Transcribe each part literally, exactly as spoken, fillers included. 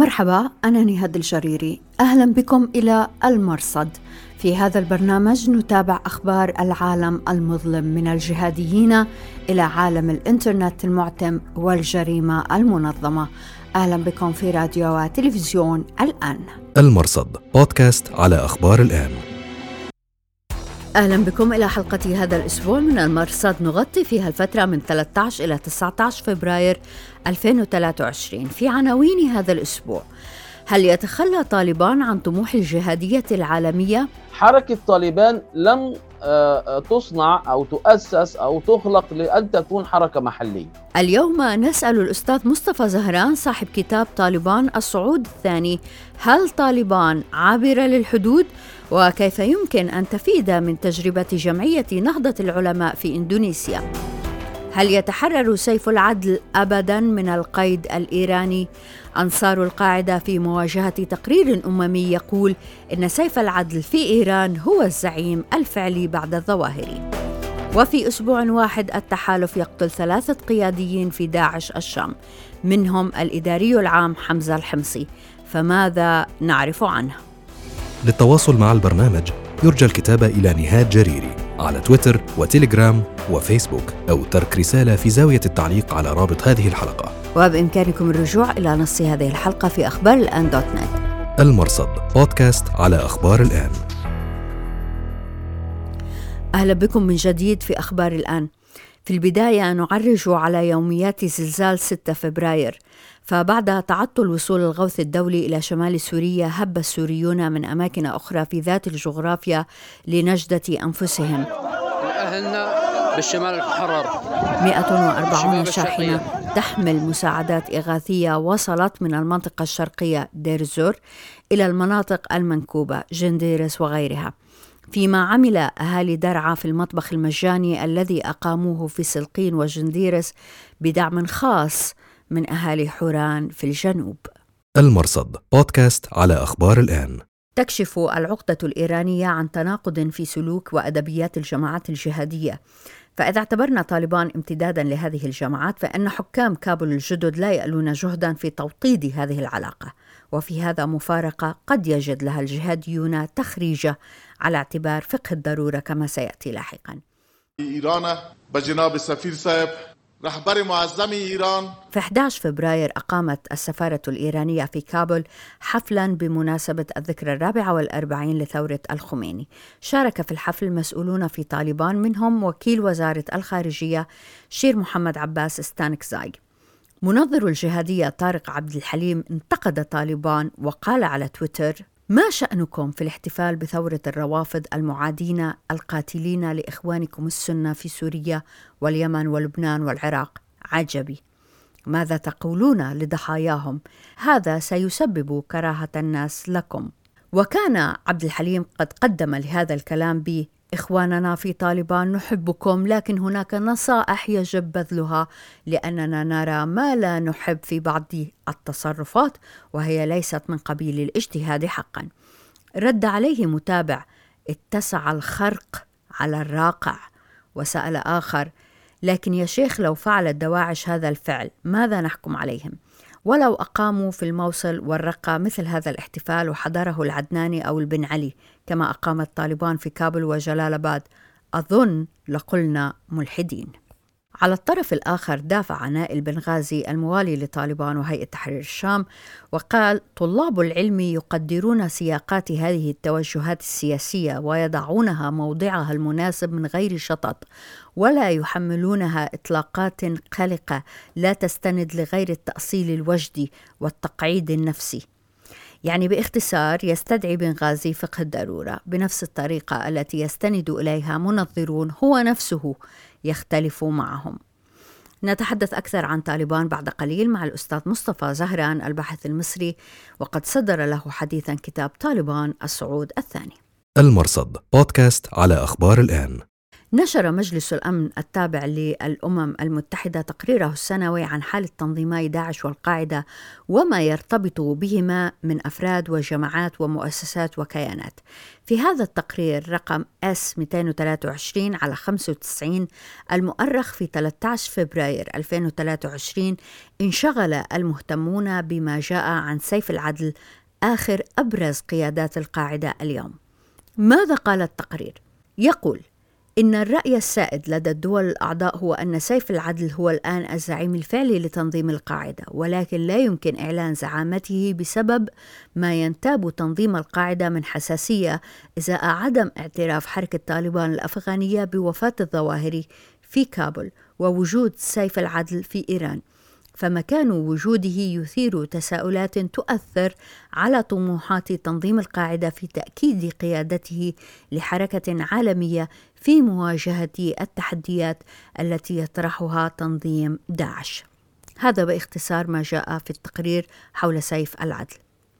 مرحبا، أنا نهاد الجريري. أهلا بكم إلى المرصد. في هذا البرنامج نتابع أخبار العالم المظلم من الجهاديين إلى عالم الإنترنت المعتم والجريمة المنظمة. أهلا بكم في راديو وتلفزيون الآن. المرصد بودكاست على أخبار الآن. أهلا بكم إلى حلقة هذا الأسبوع من المرصد، نغطي فيها الفترة من ثلاثة عشر إلى تسعة عشر فبراير ألفين وثلاثة وعشرين. في عناوين هذا الأسبوع: هل يتخلى طالبان عن طموح الجهادية العالمية؟ حركة طالبان لم تصنع أو تؤسس أو تخلق لأن تكون حركة محلية. اليوم نسأل الأستاذ مصطفى زهران صاحب كتاب طالبان الصعود الثاني: هل طالبان عابرة للحدود؟ وكيف يمكن أن تفيد من تجربة جمعية نهضة العلماء في إندونيسيا؟ هل يتحرر سيف العدل أبداً من القيد الإيراني؟ أنصار القاعدة في مواجهة تقرير أممي يقول إن سيف العدل في إيران هو الزعيم الفعلي بعد الظواهري. وفي أسبوع واحد التحالف يقتل ثلاثة قياديين في داعش الشام، منهم الإداري العام حمزة الحمصي. فماذا نعرف عنه؟ للتواصل مع البرنامج يرجى الكتابة إلى نهاد جريري على تويتر وتيليجرام وفيسبوك، أو ترك رسالة في زاوية التعليق على رابط هذه الحلقة. وبإمكانكم الرجوع إلى نص هذه الحلقة في أخبار الآن دوت نت. المرصد بودكاست على أخبار الآن. أهلا بكم من جديد في أخبار الآن. في البداية نعرج على يوميات زلزال ستة فبراير. فبعد تعطل وصول الغوث الدولي إلى شمال سوريا، هب السوريون من أماكن أخرى في ذات الجغرافيا لنجدة أنفسهم. أهلنا بالشمال الحرر مئة وأربعين شاحنة تحمل مساعدات إغاثية وصلت من المنطقة الشرقية دير الزور إلى المناطق المنكوبة جنديرس وغيرها، فيما عمل أهالي درعا في المطبخ المجاني الذي أقاموه في سلقين وجنديرس بدعم خاص من أهالي حوران في الجنوب. المرصد بودكاست على أخبار الآن. تكشف العقدة الإيرانية عن تناقض في سلوك وأدبيات الجماعات الجهادية. فإذا اعتبرنا طالبان امتدادا لهذه الجماعات، فإن حكام كابول الجدد لا يألون جهدا في توطيد هذه العلاقة، وفي هذا مفارقة قد يجد لها الجهاديون تخريجة على اعتبار فقه الضرورة كما سيأتي لاحقا. إيران بجناب السفير صاحب رهبر معظم إيران. في أحد عشر فبراير أقامت السفارة الإيرانية في كابول حفلاً بمناسبة الذكرى الرابعة والأربعين لثورة الخميني. شارك في الحفل مسؤولون في طالبان، منهم وكيل وزارة الخارجية شير محمد عباس ستانكزاي. منظر الجهادية طارق عبد الحليم انتقد طالبان وقال على تويتر: ما شأنكم في الاحتفال بثورة الروافض المعادين القاتلين لإخوانكم السنة في سوريا واليمن ولبنان والعراق؟ عجبي. ماذا تقولون لضحاياهم؟ هذا سيسبب كراهة الناس لكم. وكان عبد الحليم قد قدم لهذا الكلام ب: إخواننا في طالبان نحبكم، لكن هناك نصائح يجب بذلها لأننا نرى ما لا نحب في بعض التصرفات، وهي ليست من قبيل الاجتهاد حقا. رد عليه متابع: اتسع الخرق على الراقع. وسأل آخر: لكن يا شيخ، لو فعل الدواعش هذا الفعل ماذا نحكم عليهم؟ ولو أقاموا في الموصل والرقة مثل هذا الاحتفال وحضره العدناني أو البن علي كما أقامت طالبان في كابل وجلال آباد، أظن لقلنا ملحدين. على الطرف الآخر دافع نائل بنغازي الموالي لطالبان وهيئة تحرير الشام وقال: طلاب العلم يقدرون سياقات هذه التوجهات السياسية ويضعونها موضعها المناسب من غير شطط، ولا يحملونها إطلاقات قلقة لا تستند لغير التأصيل الوجدي والتقعيد النفسي. يعني باختصار يستدعي بنغازي فقه الضرورة بنفس الطريقة التي يستند إليها منظرون هو نفسه يختلف معهم. نتحدث أكثر عن طالبان بعد قليل مع الأستاذ مصطفى زهران الباحث المصري، وقد صدر له حديثا كتاب طالبان الصعود الثاني. المرصد بودكاست على أخبار الآن. نشر مجلس الأمن التابع للأمم المتحدة تقريره السنوي عن حالة تنظيمي داعش والقاعدة وما يرتبط بهما من أفراد وجماعات ومؤسسات وكيانات. في هذا التقرير رقم إس مئتين وثلاثة وعشرين على خمسة وتسعين المؤرخ في ثلاثة عشر فبراير ألفين وثلاثة وعشرين، انشغل المهتمون بما جاء عن سيف العدل آخر أبرز قيادات القاعدة اليوم. ماذا قال التقرير؟ يقول إن الرأي السائد لدى الدول الأعضاء هو أن سيف العدل هو الآن الزعيم الفعلي لتنظيم القاعدة، ولكن لا يمكن إعلان زعامته بسبب ما ينتاب تنظيم القاعدة من حساسية إزاء عدم اعتراف حركة طالبان الأفغانية بوفاة الظواهري في كابول ووجود سيف العدل في إيران، فمكان وجوده يثير تساؤلات تؤثر على طموحات تنظيم القاعدة في تأكيد قيادته لحركة عالمية في مواجهة التحديات التي يطرحها تنظيم داعش. هذا باختصار ما جاء في التقرير حول سيف العدل.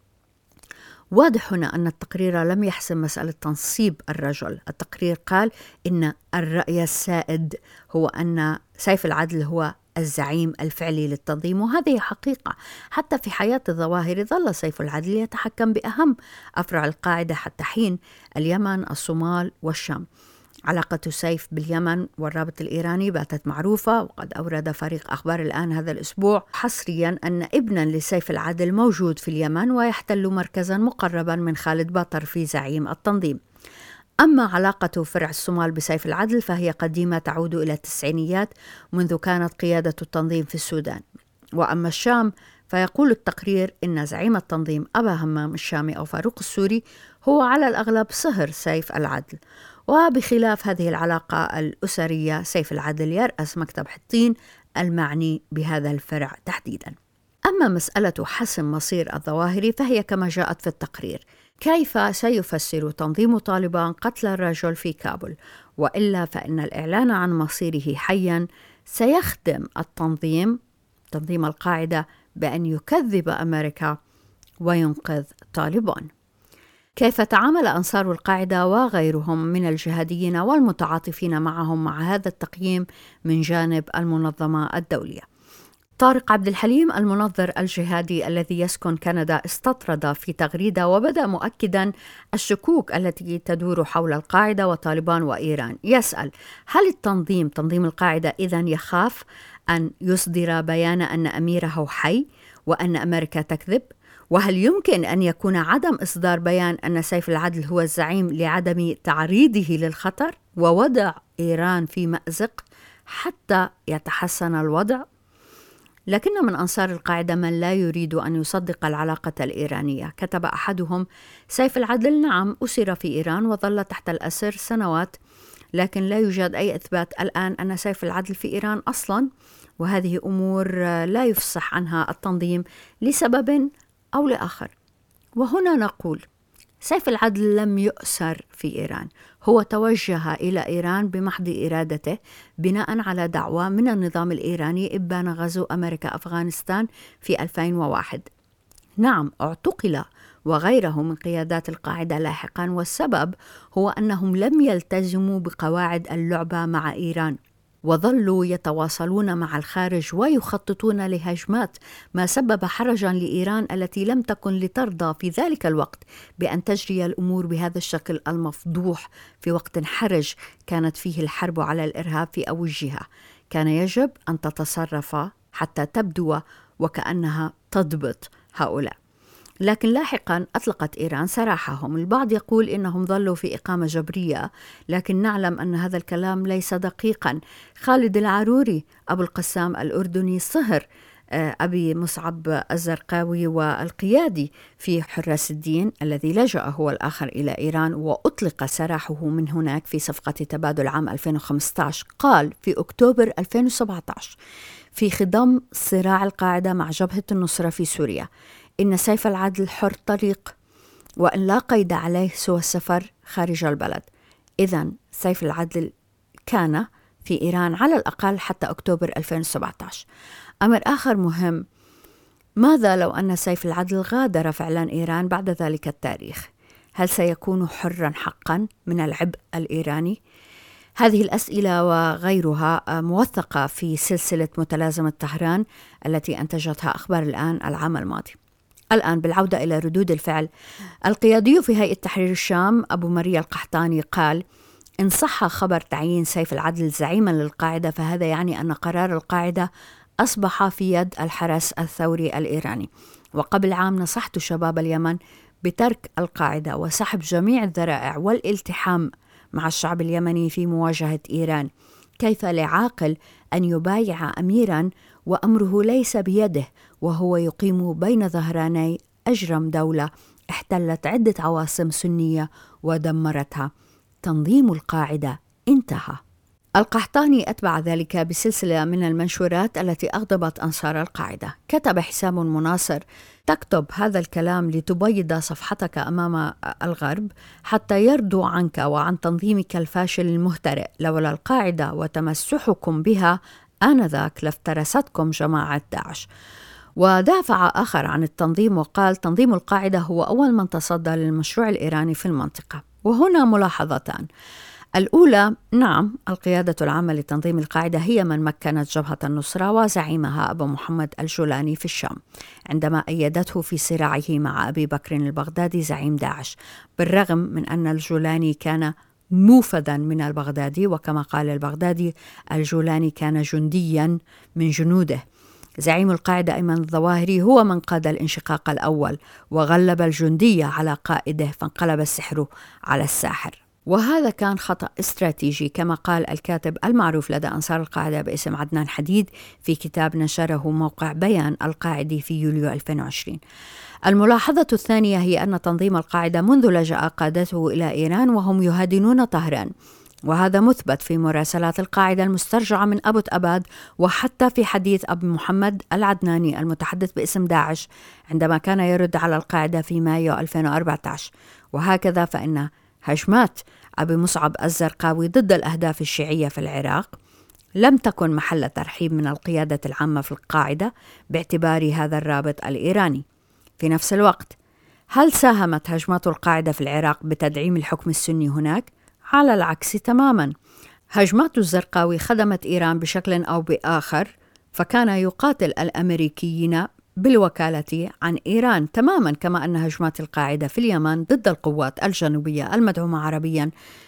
واضح هنا أن التقرير لم يحسم مسألة تنصيب الرجل. التقرير قال إن الرأي السائد هو أن سيف العدل هو الزعيم الفعلي للتنظيم، وهذه حقيقة. حتى في حياة الظواهر ظل سيف العدل يتحكم بأهم أفرع القاعدة حتى حين: اليمن، الصومال والشام. علاقة سيف باليمن والرابط الإيراني باتت معروفة، وقد أورد فريق أخبار الآن هذا الأسبوع حصريا أن ابنا لسيف العدل موجود في اليمن ويحتل مركزا مقربا من خالد باطر في زعيم التنظيم. أما علاقة فرع الصومال بسيف العدل فهي قديمة تعود إلى التسعينيات منذ كانت قيادة التنظيم في السودان. وأما الشام فيقول التقرير إن زعيم التنظيم أبا همام الشامي أو فاروق السوري هو على الأغلب صهر سيف العدل. وبخلاف هذه العلاقة الأسرية سيف العدل يرأس مكتب حطين المعني بهذا الفرع تحديدا. أما مسألة حسم مصير الظواهري فهي كما جاءت في التقرير: كيف سيفسر تنظيم طالبان قتل الرجل في كابول؟ وإلا فإن الإعلان عن مصيره حيا سيخدم التنظيم تنظيم القاعدة بأن يكذب أمريكا وينقذ طالبان. كيف تعامل أنصار القاعدة وغيرهم من الجهاديين والمتعاطفين معهم مع هذا التقييم من جانب المنظمة الدولية؟ طارق عبد الحليم المنظر الجهادي الذي يسكن كندا استطرد في تغريدة وبدأ مؤكدا الشكوك التي تدور حول القاعدة وطالبان وإيران. يسأل: هل التنظيم تنظيم القاعدة إذن يخاف أن يصدر بيان أن أميره حي وأن أمريكا تكذب؟ وهل يمكن أن يكون عدم إصدار بيان أن سيف العدل هو الزعيم لعدم تعريضه للخطر ووضع إيران في مأزق حتى يتحسن الوضع؟ لكن من أنصار القاعدة من لا يريد أن يصدق العلاقة الإيرانية. كتب أحدهم: سيف العدل نعم أسر في إيران وظل تحت الأسر سنوات، لكن لا يوجد أي إثبات الآن أن سيف العدل في إيران أصلا، وهذه أمور لا يفصح عنها التنظيم لسبب أو لآخر. وهنا نقول: سيف العدل لم يؤسر في إيران، هو توجه إلى إيران بمحض إرادته بناء على دعوى من النظام الإيراني إبان غزو أمريكا أفغانستان في ألفين وواحد. نعم اعتقل وغيره من قيادات القاعدة لاحقا، والسبب هو أنهم لم يلتزموا بقواعد اللعبة مع إيران، وظلوا يتواصلون مع الخارج ويخططون لهجمات، ما سبب حرجا لإيران التي لم تكن لترضى في ذلك الوقت بأن تجري الأمور بهذا الشكل المفضوح في وقت حرج كانت فيه الحرب على الإرهاب في أوجها. كان يجب أن تتصرف حتى تبدو وكأنها تضبط هؤلاء. لكن لاحقا أطلقت إيران سراحهم. البعض يقول إنهم ظلوا في إقامة جبرية، لكن نعلم أن هذا الكلام ليس دقيقا. خالد العروري أبو القسام الأردني صهر أبي مصعب الزرقاوي والقيادي في حراس الدين الذي لجأ هو الآخر إلى إيران وأطلق سراحه من هناك في صفقة تبادل عام ألفين وخمسة عشر. قال في أكتوبر ألفين وسبعة عشر في خضم صراع القاعدة مع جبهة النصرة في سوريا: إن سيف العدل حر طليق وإن لا قيد عليه سوى السفر خارج البلد. إذن سيف العدل كان في إيران على الأقل حتى أكتوبر ألفين وسبعة عشر. أمر آخر مهم: ماذا لو أن سيف العدل غادر فعلا إيران بعد ذلك التاريخ؟ هل سيكون حرا حقا من العبء الإيراني؟ هذه الأسئلة وغيرها موثقة في سلسلة متلازمة طهران التي أنتجتها أخبار الآن العام الماضي. الآن بالعودة إلى ردود الفعل، القيادي في هيئة تحرير الشام أبو مريا القحطاني قال: إن صح خبر تعيين سيف العدل زعيما للقاعدة فهذا يعني أن قرار القاعدة أصبح في يد الحرس الثوري الإيراني. وقبل عام نصحت شباب اليمن بترك القاعدة وسحب جميع الذرائع والالتحام مع الشعب اليمني في مواجهة إيران. كيف لعاقل أن يبايع أميرا وأمره ليس بيده وهو يقيم بين ظهراني أجرم دولة احتلت عدة عواصم سنية ودمرتها؟ تنظيم القاعدة انتهى. القحطاني أتبع ذلك بسلسلة من المنشورات التي أغضبت أنصار القاعدة. كتب حسام مناصر: تكتب هذا الكلام لتبيض صفحتك أمام الغرب حتى يرضوا عنك وعن تنظيمك الفاشل المهترئ. لولا القاعدة وتمسحكم بها آنذاك لافترستكم جماعة داعش. ودافع آخر عن التنظيم وقال: تنظيم القاعدة هو أول من تصدى للمشروع الإيراني في المنطقة. وهنا ملاحظتان: الأولى، نعم، القيادة العامة لتنظيم القاعدة هي من مكنت جبهة النصرة وزعيمها أبو محمد الجولاني في الشام عندما أيدته في صراعه مع أبي بكر البغدادي زعيم داعش، بالرغم من أن الجولاني كان موفدا من البغدادي، وكما قال البغدادي: الجولاني كان جنديا من جنوده. زعيم القاعدة أيمن الظواهري هو من قاد الانشقاق الأول وغلب الجندية على قائده، فانقلب السحر على الساحر. وهذا كان خطأ استراتيجي كما قال الكاتب المعروف لدى أنصار القاعدة باسم عدنان حديد في كتاب نشره موقع بيان القاعدي في يوليو ألفين وعشرين. الملاحظة الثانية هي أن تنظيم القاعدة منذ لجأ قادته إلى إيران وهم يهادنون طهران، وهذا مثبت في مراسلات القاعدة المسترجعة من أبو أباد، وحتى في حديث أبو محمد العدناني المتحدث باسم داعش عندما كان يرد على القاعدة في مايو ألفين وأربعة عشر. وهكذا فإن هجمات أبي مصعب الزرقاوي ضد الأهداف الشيعية في العراق لم تكن محل ترحيب من القيادة العامة في القاعدة باعتبار هذا الرابط الإيراني. في نفس الوقت، هل ساهمت هجمات القاعدة في العراق بتدعيم الحكم السني هناك؟ على العكس تماما. هجمات الزرقاوي خدمت إيران بشكل أو بآخر، فكان يقاتل الأمريكيين بالوكالة عن إيران، تماما كما أن هجمات القاعدة في اليمن ضد القوات الجنوبية المدعومة عربيا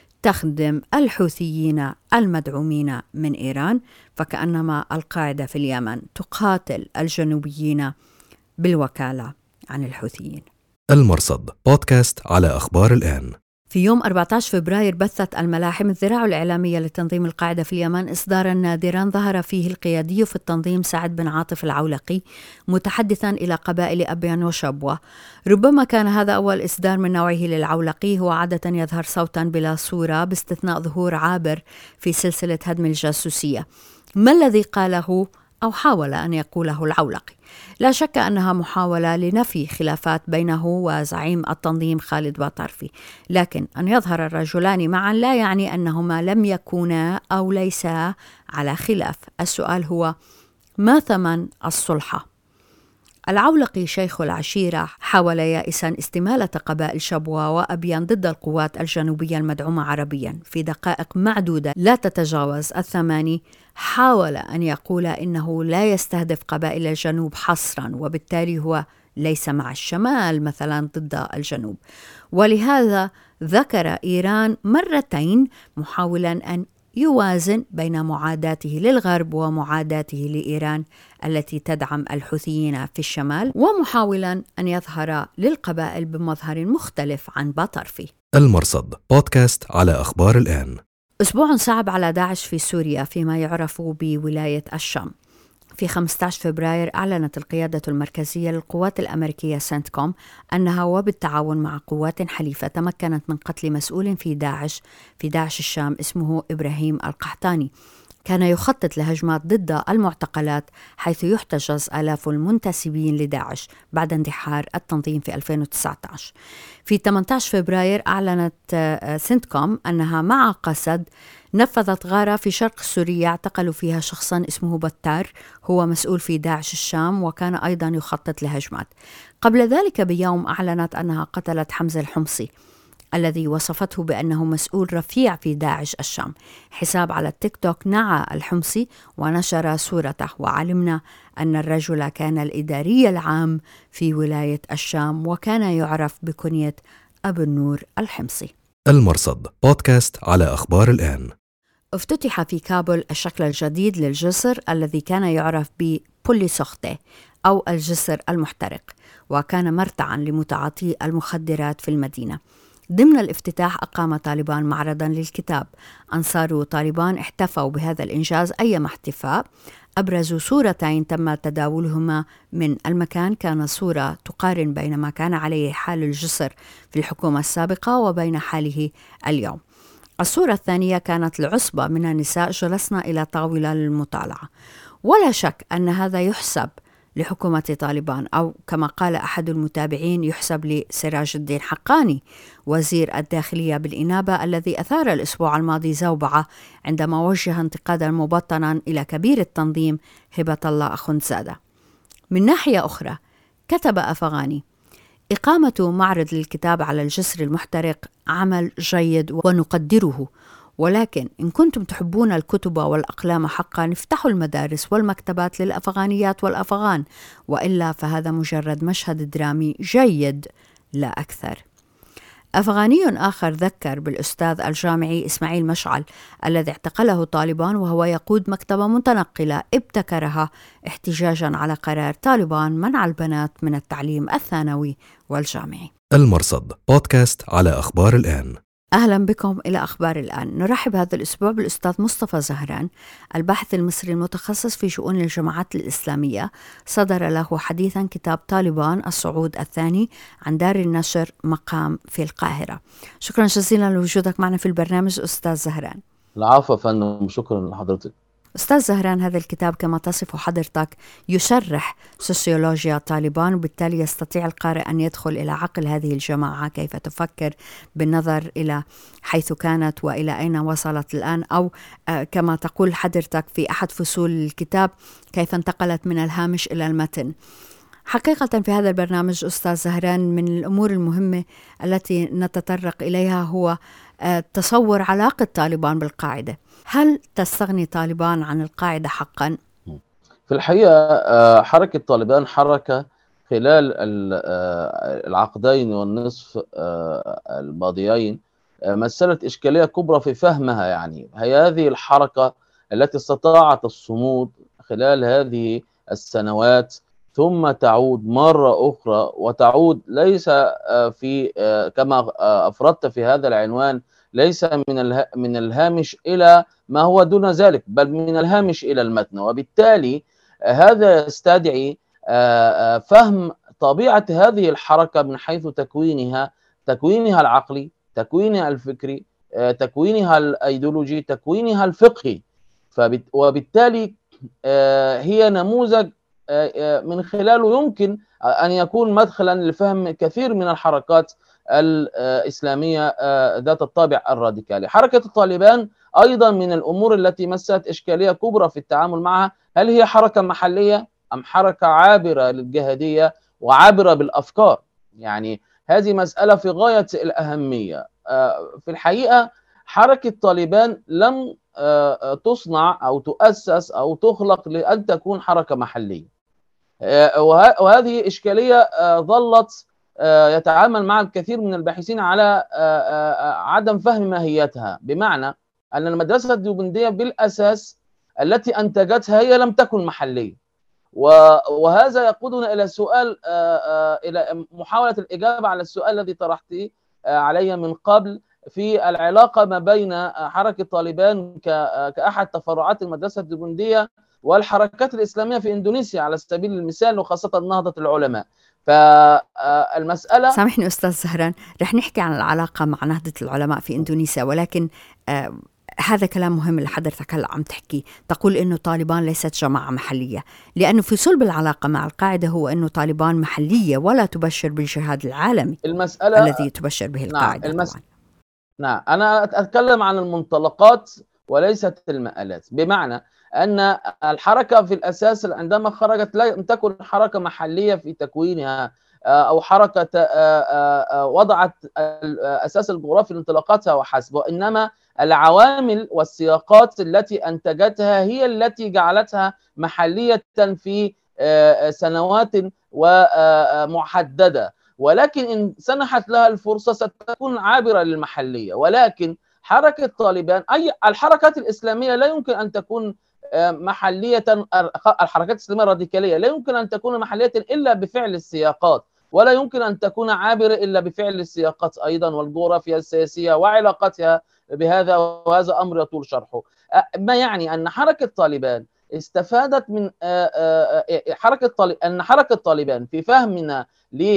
تخدم الحوثيين المدعومين من إيران، فكأنما القاعدة في اليمن تقاتل الجنوبيين بالوكالة عن الحوثيين. المرصد بودكاست على أخبار الآن. في يوم أربعة عشر فبراير بثت الملاحم الذراع الإعلامية لتنظيم القاعدة في اليمن إصداراً نادراً ظهر فيه القيادي في التنظيم سعد بن عاطف العولقي متحدثاً إلى قبائل أبيان وشبوة. ربما كان هذا أول إصدار من نوعه للعولقي. هو عادة يظهر صوتاً بلا صورة باستثناء ظهور عابر في سلسلة هدم الجاسوسية. ما الذي قاله أو حاول أن يقوله العولقي؟ لا شك أنها محاولة لنفي خلافات بينه وزعيم التنظيم خالد باطرفي، لكن أن يظهر الرجلان معا لا يعني أنهما لم يكونا أو ليسا على خلاف. السؤال هو: ما ثمن الصلحة؟ العولقي شيخ العشيرة حاول يائسا استمالة قبائل شبوة وأبيان ضد القوات الجنوبية المدعومة عربيا. في دقائق معدودة لا تتجاوز الثماني حاول أن يقول إنه لا يستهدف قبائل الجنوب حصرا، وبالتالي هو ليس مع الشمال مثلا ضد الجنوب. ولهذا ذكر إيران مرتين محاولا أن يوازن بين معاداته للغرب ومعاداته لإيران التي تدعم الحوثيين في الشمال، ومحاولا أن يظهر للقبائل بمظهر مختلف عن باطرفي. المرصد بودكاست على أخبار الآن. أسبوع صعب على داعش في سوريا فيما يعرف بولاية الشام. في خمسة عشر فبراير أعلنت القيادة المركزية للقوات الأمريكية سنتكوم أنها وبالتعاون مع قوات حليفة تمكنت من قتل مسؤول في داعش في داعش الشام اسمه إبراهيم القحطاني. كان يخطط لهجمات ضد المعتقلات حيث يحتجز آلاف المنتسبين لداعش بعد اندحار التنظيم في ألفين وتسعة عشر. في ثمانية عشر فبراير أعلنت سنتكوم أنها مع قسد نفذت غارة في شرق سوريا اعتقلوا فيها شخصا اسمه بتار، هو مسؤول في داعش الشام وكان أيضا يخطط لهجمات. قبل ذلك بيوم أعلنت أنها قتلت حمزة الحمصي الذي وصفته بأنه مسؤول رفيع في داعش الشام. حساب على التيك توك نعى الحمصي ونشر صورته، وعلمنا أن الرجل كان الإداري العام في ولاية الشام وكان يعرف بكنية أبو النور الحمصي. المرصد بودكاست على أخبار الآن. افتتح في كابول الشكل الجديد للجسر الذي كان يعرف ببولي سوختي أو الجسر المحترق، وكان مرتعا لمتعاطي المخدرات في المدينة. ضمن الافتتاح أقام طالبان معرضا للكتاب. أنصار طالبان احتفوا بهذا الإنجاز أيما احتفاء. أبرزوا صورتين تم تداولهما من المكان، كان صورة تقارن بين ما كان عليه حال الجسر في الحكومة السابقة وبين حاله اليوم. الصورة الثانية كانت لعصبة من النساء جلسنا إلى طاولة للمطالعة. ولا شك أن هذا يحسب لحكومة طالبان، أو كما قال أحد المتابعين يحسب لسراج الدين حقاني وزير الداخلية بالإنابة، الذي أثار الأسبوع الماضي زوبعة عندما وجه انتقادا مبطنا إلى كبير التنظيم هبة الله أخندزادة. من ناحية أخرى كتب أفغاني: إقامة معرض للكتاب على الجسر المحترق عمل جيد ونقدره، ولكن إن كنتم تحبون الكتب والأقلام حقا افتحوا المدارس والمكتبات للأفغانيات والأفغان، وإلا فهذا مجرد مشهد درامي جيد لا أكثر. أفغاني آخر ذكر بالأستاذ الجامعي إسماعيل مشعل الذي اعتقله طالبان وهو يقود مكتبة متنقلة ابتكرها احتجاجا على قرار طالبان منع البنات من التعليم الثانوي والجامعي. المرصد بودكاست على أخبار الآن. أهلا بكم إلى أخبار الآن. نرحب هذا الأسبوع بالأستاذ مصطفى زهران، الباحث المصري المتخصص في شؤون الجماعات الإسلامية. صدر له حديثا كتاب طالبان الصعود الثاني عن دار النشر مقام في القاهرة. شكرا جزيلا لوجودك معنا في البرنامج أستاذ زهران. العفو فندم، شكرا لحضرتك. أستاذ زهران، هذا الكتاب كما تصف حضرتك يشرح سوسيولوجيا طالبان، وبالتالي يستطيع القارئ أن يدخل إلى عقل هذه الجماعة، كيف تفكر بالنظر إلى حيث كانت وإلى أين وصلت الآن، أو كما تقول حضرتك في أحد فصول الكتاب كيف انتقلت من الهامش إلى المتن. حقيقة في هذا البرنامج أستاذ زهران من الأمور المهمة التي نتطرق إليها هو تصور علاقة طالبان بالقاعدة. هل تستغني طالبان عن القاعدة حقا؟ في الحقيقة حركة طالبان حركة خلال العقدين والنصف الماضيين مثلت إشكالية كبرى في فهمها. يعني هي هذه الحركة التي استطاعت الصمود خلال هذه السنوات ثم تعود مرة أخرى، وتعود ليس في كما أفردت في هذا العنوان ليس من من الهامش إلى ما هو دون ذلك، بل من الهامش إلى المتن. وبالتالي هذا يستدعي فهم طبيعة هذه الحركة من حيث تكوينها تكوينها العقلي، تكوينها الفكري، تكوينها الأيديولوجي، تكوينها الفقهي. وبالتالي هي نموذج من خلاله يمكن أن يكون مدخلا لفهم كثير من الحركات الإسلامية ذات الطابع الراديكالي. حركة الطالبان أيضا من الأمور التي مثلت إشكالية كبرى في التعامل معها. هل هي حركة محلية أم حركة عابرة للجهادية وعابرة بالأفكار؟ يعني هذه مسألة في غاية الأهمية. في الحقيقة حركة طالبان لم تصنع أو تؤسس أو تخلق لأن تكون حركة محلية، وهذه إشكالية ظلت يتعامل مع الكثير من الباحثين على عدم فهم ماهيتها، بمعنى أن المدرسة الديوبندية بالأساس التي أنتجتها هي لم تكن محلية. وهذا يقودنا إلى سؤال إلى محاولة الإجابة على السؤال الذي طرحته علي من قبل في العلاقة ما بين حركة طالبان كأحد تفرعات المدرسة الديوبندية والحركات الإسلامية في إندونيسيا على سبيل المثال، وخاصة نهضة العلماء. فالمسألة سامحني أستاذ زهران، رح نحكي عن العلاقة مع نهضة العلماء في إندونيسيا، ولكن آه هذا كلام مهم اللي حضرتك هلا عم تحكي. تقول إنه طالبان ليست جماعة محلية، لأنه في صلب العلاقة مع القاعدة هو إنه طالبان محلية ولا تبشر بالجهاد العالمي المسألة الذي تبشر به القاعدة. نعم, المس... نعم أنا أتكلم عن المنطلقات وليست المآلات، بمعنى أن الحركة في الأساس عندما خرجت لم تكن حركة محلية في تكوينها أو حركة وضعت الأساس الجغرافي لانطلاقاتها وحسب، وإنما العوامل والسياقات التي أنتجتها هي التي جعلتها محلية في سنوات ومحددة، ولكن إن سنحت لها الفرصة ستكون عابرة للمحلية. ولكن حركة طالبان، أي الحركات الإسلامية لا يمكن أن تكون محلية، الحركات الإسلامية الراديكالية لا يمكن أن تكون محلية إلا بفعل السياقات، ولا يمكن أن تكون عابرة إلا بفعل السياقات أيضا والجغرافيا السياسية وعلاقتها بهذا، وهذا أمر يطول شرحه. ما يعني أن حركة طالبان استفادت من حركة طالب أن حركة طالبان في فهمنا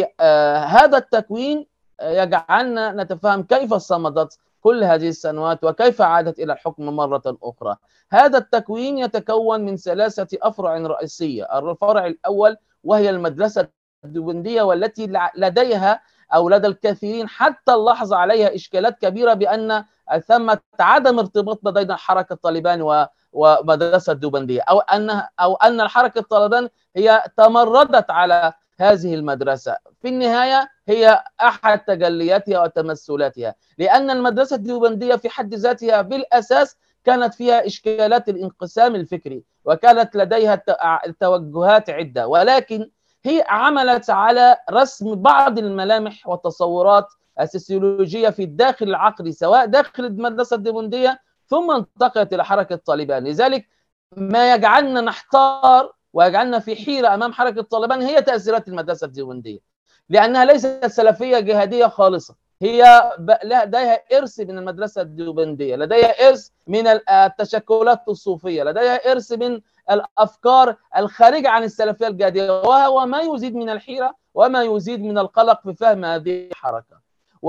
لهذا التكوين يجعلنا نتفهم كيف صمدت كل هذه السنوات وكيف عادت إلى الحكم مرة أخرى. هذا التكوين يتكون من ثلاثة أفرع رئيسية. الفرع الأول وهي المدرسة الديوبندية، والتي لديها أو لدى الكثيرين حتى اللحظة عليها إشكالات كبيرة بأن ثمة عدم ارتباط بين حركة طالبان ومدرسة الديوبندية، أو أن أو أن الحركة طالبان هي تمردت على هذه المدرسة. في النهاية هي أحد تجلياتها وتمثلاتها، لأن المدرسة الديوبندية في حد ذاتها بالأساس كانت فيها إشكالات الانقسام الفكري، وكانت لديها توجهات عدة، ولكن هي عملت على رسم بعض الملامح والتصورات السوسيولوجية في الداخل العقلي، سواء داخل المدرسة الديوبندية ثم انتقلت إلى حركة طالبان. لذلك ما يجعلنا نحتار ويجعلنا في حيرة أمام حركة طالبان هي تأثيرات المدرسة الديوبندية، لأنها ليست سلفية جهادية خالصة، هي لديها إرث من المدرسة الديوبندية، لديها إرث من التشكلات الصوفية، لديها إرث من الأفكار الخارجة عن السلفية الجهادية، وهو ما يزيد من الحيرة وما يزيد من القلق في فهم هذه الحركة.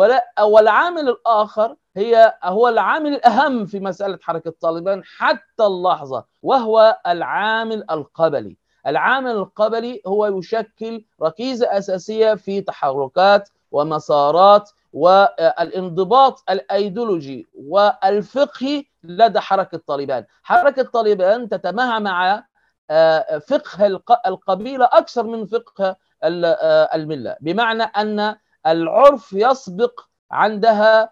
والعامل الآخر هي هو العامل الأهم في مسألة حركة طالبان حتى اللحظة، وهو العامل القبلي. العامل القبلي هو يشكل ركيزة أساسية في تحركات ومسارات والانضباط الأيديولوجي والفقهي لدى حركة طالبان. حركة طالبان تتماهى مع فقه القبيلة أكثر من فقه الملة، بمعنى أن العرف يسبق عندها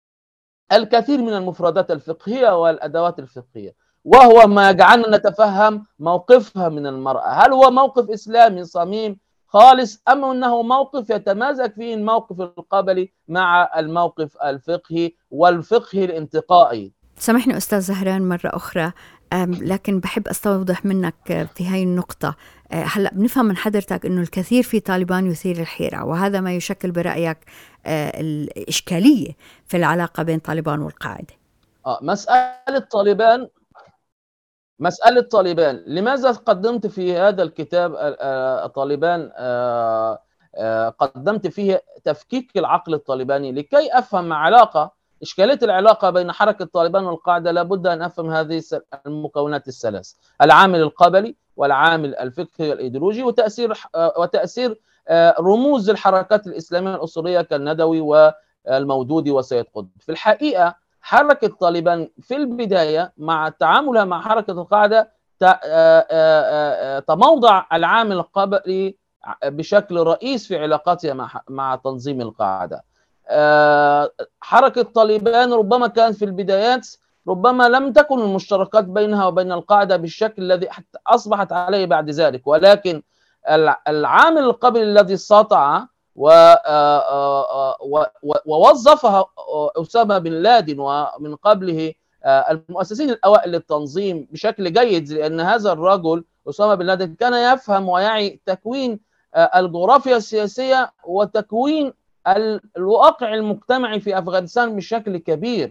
الكثير من المفردات الفقهية والأدوات الفقهية، وهو ما يجعلنا نتفهم موقفها من المرأة. هل هو موقف إسلامي صميم خالص، أم أنه موقف يتمازج فيه الموقف القبلي مع الموقف الفقهي والفقه الانتقائي؟ سامحني أستاذ زهران مرة أخرى، لكن بحب أستوضح منك في هاي النقطة. هلأ بنفهم من حضرتك أنه الكثير في طالبان يثير الحيرة، وهذا ما يشكل برأيك الإشكالية في العلاقة بين طالبان والقاعدة. آه مسألة طالبان مسألة طالبان لماذا قدمت في هذا الكتاب طالبان قدمت فيه تفكيك العقل الطالباني لكي أفهم علاقة إشكالية العلاقة بين حركة طالبان والقاعدة. لابد أن أفهم هذه المكونات الثلاث: العامل القبلي والعامل الفقهي والإيديولوجي وتأثير وتأثير رموز الحركات الإسلامية الأصولية كالندوي والمودودي وسيد قطب. في الحقيقة حركة طالبان في البداية مع تعاملها مع حركة القاعدة تموضع العامل القبلي بشكل رئيس في علاقاتها مع مع تنظيم القاعدة. حركة طالبان ربما كانت في البدايات ربما لم تكن المشتركات بينها وبين القاعدة بالشكل الذي أصبحت عليه بعد ذلك، ولكن العامل القبلي الذي سطع ووظفها أسامة بن لادن ومن قبله المؤسسين الأوائل للتنظيم بشكل جيد، لأن هذا الرجل أسامة بن لادن كان يفهم ويعي تكوين الجغرافيا السياسية وتكوين الواقع المجتمعي في أفغانستان بشكل كبير،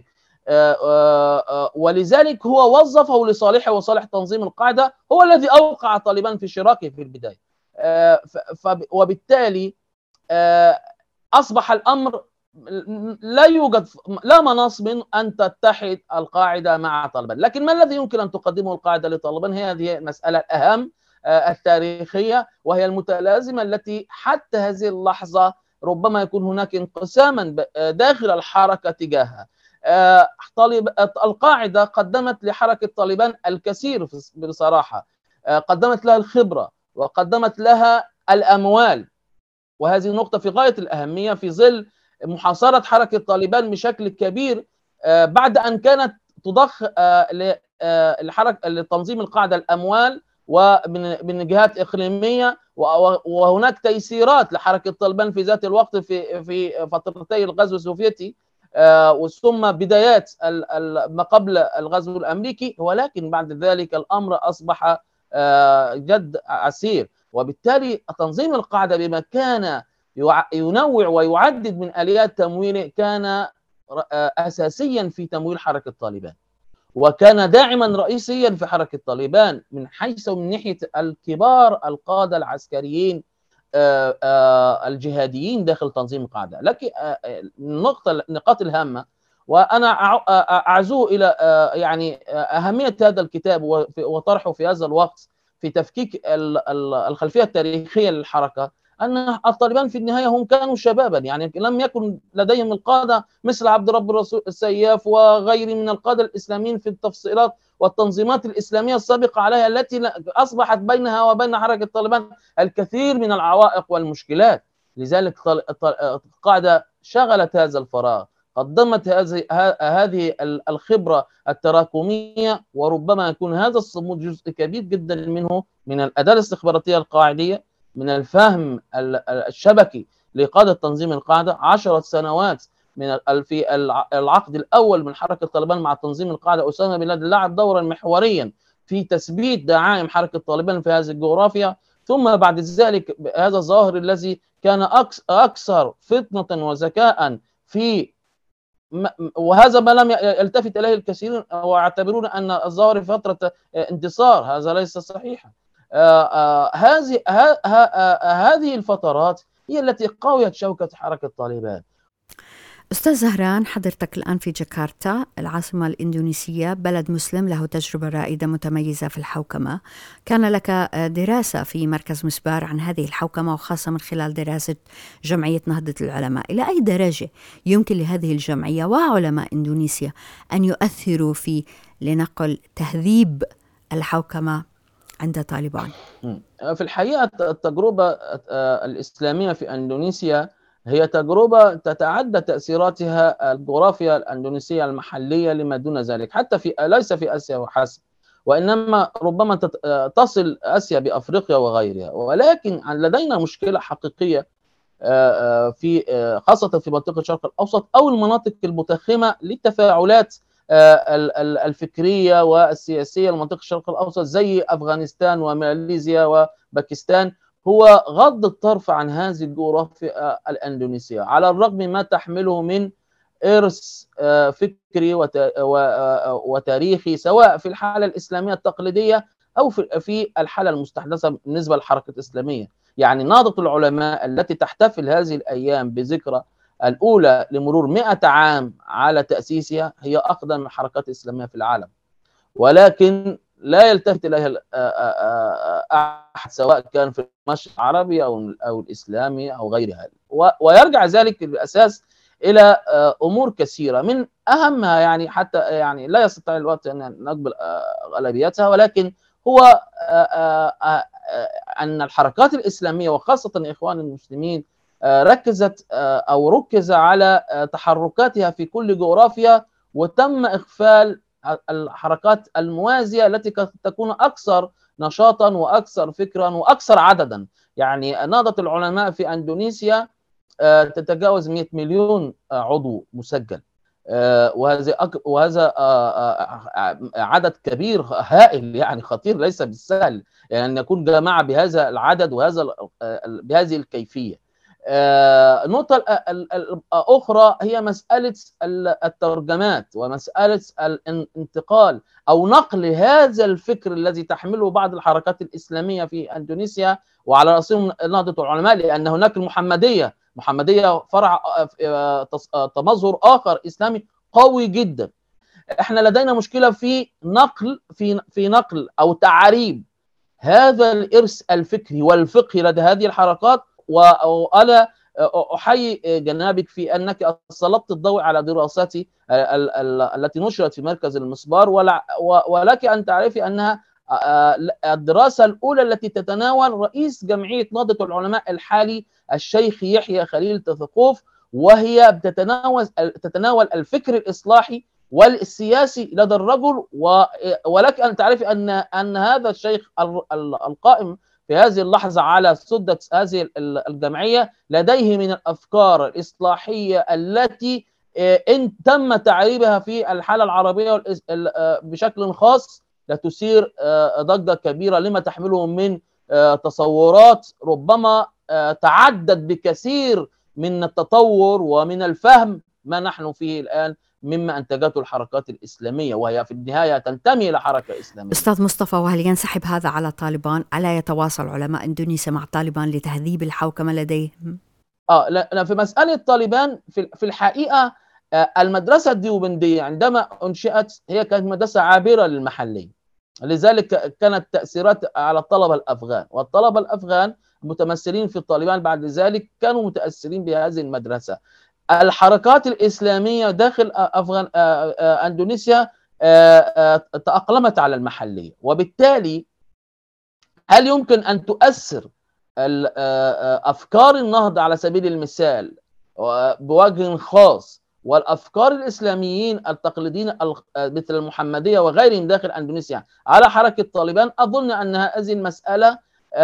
ولذلك هو وظفه لصالحه وصالح تنظيم القاعدة، هو الذي أوقع طالبان في شراكه في البداية. وبالتالي أصبح الأمر لا يوجد لا مناص من أن تتحد القاعدة مع طالبان. لكن ما الذي يمكن أن تقدمه القاعدة لطالبان؟ هي هذه المسألة الأهم التاريخية، وهي المتلازمة التي حتى هذه اللحظة ربما يكون هناك انقساما داخل الحركة تجاهها. طالب القاعدة قدمت لحركة طالبان الكثير بصراحة، قدمت لها الخبرة وقدمت لها الأموال وهذه نقطة في غاية الأهمية في ظل محاصرة حركة طالبان بشكل كبير بعد أن كانت تضخ لحركة لتنظيم القاعدة الأموال ومن جهات إقليمية، وهناك تيسيرات لحركة طالبان في ذات الوقت في في فترتي الغزو السوفيتي ثم بدايات ما قبل الغزو الأمريكي، ولكن بعد ذلك الأمر أصبح جد عسير. وبالتالي تنظيم القاعدة بما كان ينوع ويعدد من آليات تمويله كان أساسيا في تمويل حركة طالبان، وكان داعما رئيسيا في حركة طالبان من حيث من ناحية الكبار القادة العسكريين الجهاديين داخل تنظيم القاعدة. لكن النقطة النقاط الهامة وأنا أعزو إلى يعني أهمية هذا الكتاب وطرحه في هذا الوقت في تفكيك الخلفية التاريخية للحركة، أن الطالبان في النهاية هم كانوا شبابا، يعني لم يكن لديهم القادة مثل عبد رب الرسول السياف وغيره من القادة الإسلاميين في التفصيلات والتنظيمات الإسلامية السابقة عليها التي أصبحت بينها وبين حركة طالبان الكثير من العوائق والمشكلات. لذلك القاعدة شغلت هذا الفراغ، قدمت هذه هذه الخبرة التراكمية، وربما يكون هذا الصمود جزء كبير جدا منه من الأداة الاستخباراتية القاعدية، من الفهم الشبكي لقادة تنظيم القاعدة. عشرة سنوات من في العقد الأول من حركة طالبان مع تنظيم القاعدة، أسامة بن لادن لعب دورا محوريا في تثبيت دعائم حركة طالبان في هذه الجغرافيا. ثم بعد ذلك هذا الظاهر الذي كان أكثر فطنة وذكاء في، وهذا ما لم يلتفت إليه الكثيرون ويعتبرون أن الظاهر في فترة انتصار، هذا ليس صحيحا. هذه هذه الفترات هي التي قويت شوكة حركة طالبان. أستاذ زهران، حضرتك الآن في جاكرتا العاصمة الإندونيسية، بلد مسلم له تجربة رائدة متميزة في الحوكمة. كان لك دراسة في مركز مسبار عن هذه الحوكمة، وخاصة من خلال دراسة جمعية نهضة العلماء. إلى أي درجة يمكن لهذه الجمعية وعلماء إندونيسيا أن يؤثروا في لنقل تهذيب الحوكمة عند طالبان؟ في الحقيقة التجربة الإسلامية في إندونيسيا هي تجربة تتعدى تأثيراتها الجغرافيا الأندونيسية المحلية لما دون ذلك، حتى في ليس في آسيا وحسب، وإنما ربما تصل آسيا بأفريقيا وغيرها. ولكن لدينا مشكلة حقيقية في خاصة في منطقة الشرق الأوسط أو المناطق المتخمة للتفاعلات الفكرية والسياسية لمنطقة الشرق الأوسط زي أفغانستان وماليزيا وباكستان، هو غض الطرف عن هذه الجغرافيا الأندونيسية، على الرغم ما تحمله من إرث فكري وتاريخي سواء في الحالة الإسلامية التقليدية أو في الحالة المستحدثة بالنسبة للحركة الإسلامية. يعني نهضة العلماء التي تحتفل هذه الأيام بذكرى الأولى لمرور مئة عام على تأسيسها هي أقدم الحركات الإسلامية في العالم، ولكن لا يلتفت إليها أحد سواء كان في المشرق العربي أو أو الإسلامي أو غيرها. ويرجع ذلك بالأساس إلى أمور كثيرة من أهمها، يعني حتى يعني لا يستطيع الوقت أن نقبل غالبيتها، ولكن هو أن الحركات الإسلامية وخاصة إخوان المسلمين ركزت أو ركز على تحركاتها في كل جغرافيا، وتم إغفال الحركات الموازية التي تكون أكثر نشاطا وأكثر فكرا وأكثر عددا. يعني نهضة العلماء في إندونيسيا تتجاوز مئة مليون عضو مسجل، وهذا وهذا عدد كبير هائل، يعني خطير، ليس بالسهل يعني أن يكون جماعة بهذا العدد وهذا بهذه الكيفية. النقطة الأخرى هي مسألة الترجمات ومسألة الانتقال أو نقل هذا الفكر الذي تحمله بعض الحركات الإسلامية في إندونيسيا، وعلى رأسهم نهضة العلماء، لأن هناك المحمدية محمدية فرع تمظهر آخر إسلامي قوي جدا. احنا لدينا مشكلة في نقل في في نقل أو تعريب هذا الإرث الفكري والفقهي لدى هذه الحركات. وأنا أحيي جنابك في أنك سلطت الضوء على دراساتي التي نشرت في مركز المسبار، ولك أن تعرفي أنها الدراسة الأولى التي تتناول رئيس جمعية نهضة العلماء الحالي الشيخ يحيى خليل تثقوف، وهي تتناول تتناول الفكر الإصلاحي والسياسي لدى الرجل. ولك أن تعرف أن أن هذا الشيخ القائم في هذه اللحظة على سدة هذه الجمعية لديه من الأفكار الإصلاحية التي إن تم تعريبها في الحالة العربية بشكل خاص لتثير ضجة كبيرة لما تحمله من تصورات ربما تعدد بكثير من التطور ومن الفهم ما نحن فيه الآن مما أنتجته الحركات الإسلامية، وهي في النهاية تنتمي إلى حركة إسلامية. أستاذ مصطفى، وهل ينسحب هذا على طالبان؟ ألا يتواصل علماء إندونيسيا مع طالبان لتهذيب الحوكمة لديهم؟ آه لا في مسألة طالبان في في الحقيقة المدرسة الديوبندية عندما أنشئت هي كانت مدرسة عابرة للمحلية، لذلك كانت تأثيرات على الطلبة الأفغان، والطلبة الأفغان متمثلين في الطالبان بعد ذلك كانوا متأثرين بهذه المدرسة. الحركات الإسلامية داخل أفغان أندونيسيا تأقلمت على المحلية، وبالتالي هل يمكن أن تؤثر أفكار النهضة على سبيل المثال بوجه خاص والأفكار الإسلاميين التقليديين مثل المحمدية وغيرهم داخل أندونيسيا على حركة طالبان؟ أظن أن هذه المسألة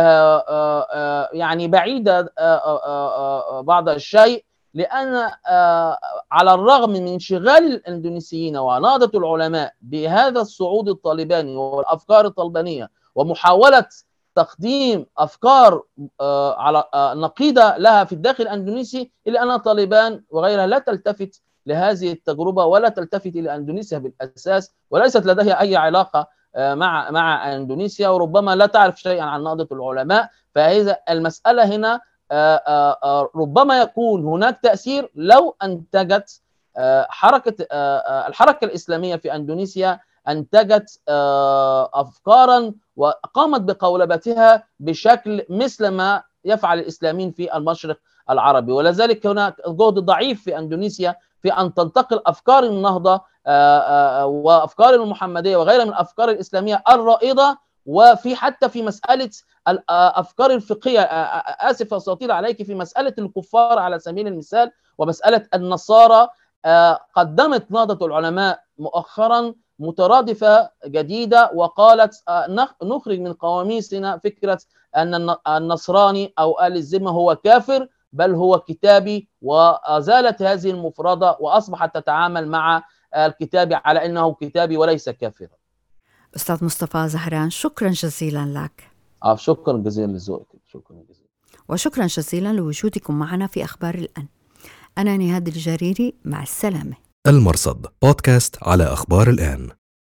يعني بعيدة بعض الشيء، لأن على الرغم من انشغال الإندونيسيين ونهضة العلماء بهذا الصعود الطالباني والأفكار الطالبانية ومحاولة تقديم أفكار على نقيضة لها في الداخل الأندونيسي، إلا أن طالبان وغيرها لا تلتفت لهذه التجربة ولا تلتفت إلى أندونيسيا بالأساس، وليست لديها أي علاقة مع مع أندونيسيا، وربما لا تعرف شيئا عن نهضة العلماء. فهذا المسألة هنا ربما يكون هناك تأثير لو أنتجت حركة الحركة الإسلامية في أندونيسيا أنتجت أفكارا وقامت بقولبتها بشكل مثل ما يفعل الإسلاميين في المشرق العربي، ولذلك هناك جهد ضعيف في أندونيسيا في أن تنتقل أفكار النهضة وأفكار المحمدية وغيرها من الأفكار الإسلامية الرائدة، وفي حتى في مسألة الأفكار الفقهية. آسف أستطيل عليك، في مسألة الكفار على سبيل المثال ومسألة النصارى قدمت نهضة العلماء مؤخرا مترادفة جديدة وقالت نخرج من قواميسنا فكرة أن النصراني أو آل الذمة هو كافر، بل هو كتابي، وزالت هذه المفردة وأصبحت تتعامل مع الكتابي على أنه كتابي وليس كافرا. أستاذ مصطفى زهران، شكرا جزيلا لك. آه شكرا جزيلا لذوقك. شكرا جزيلا وشكرا جزيلا لوجودكم معنا في أخبار الآن. أنا نهاد الجريري، مع السلامة. المرصد بودكاست على أخبار الآن.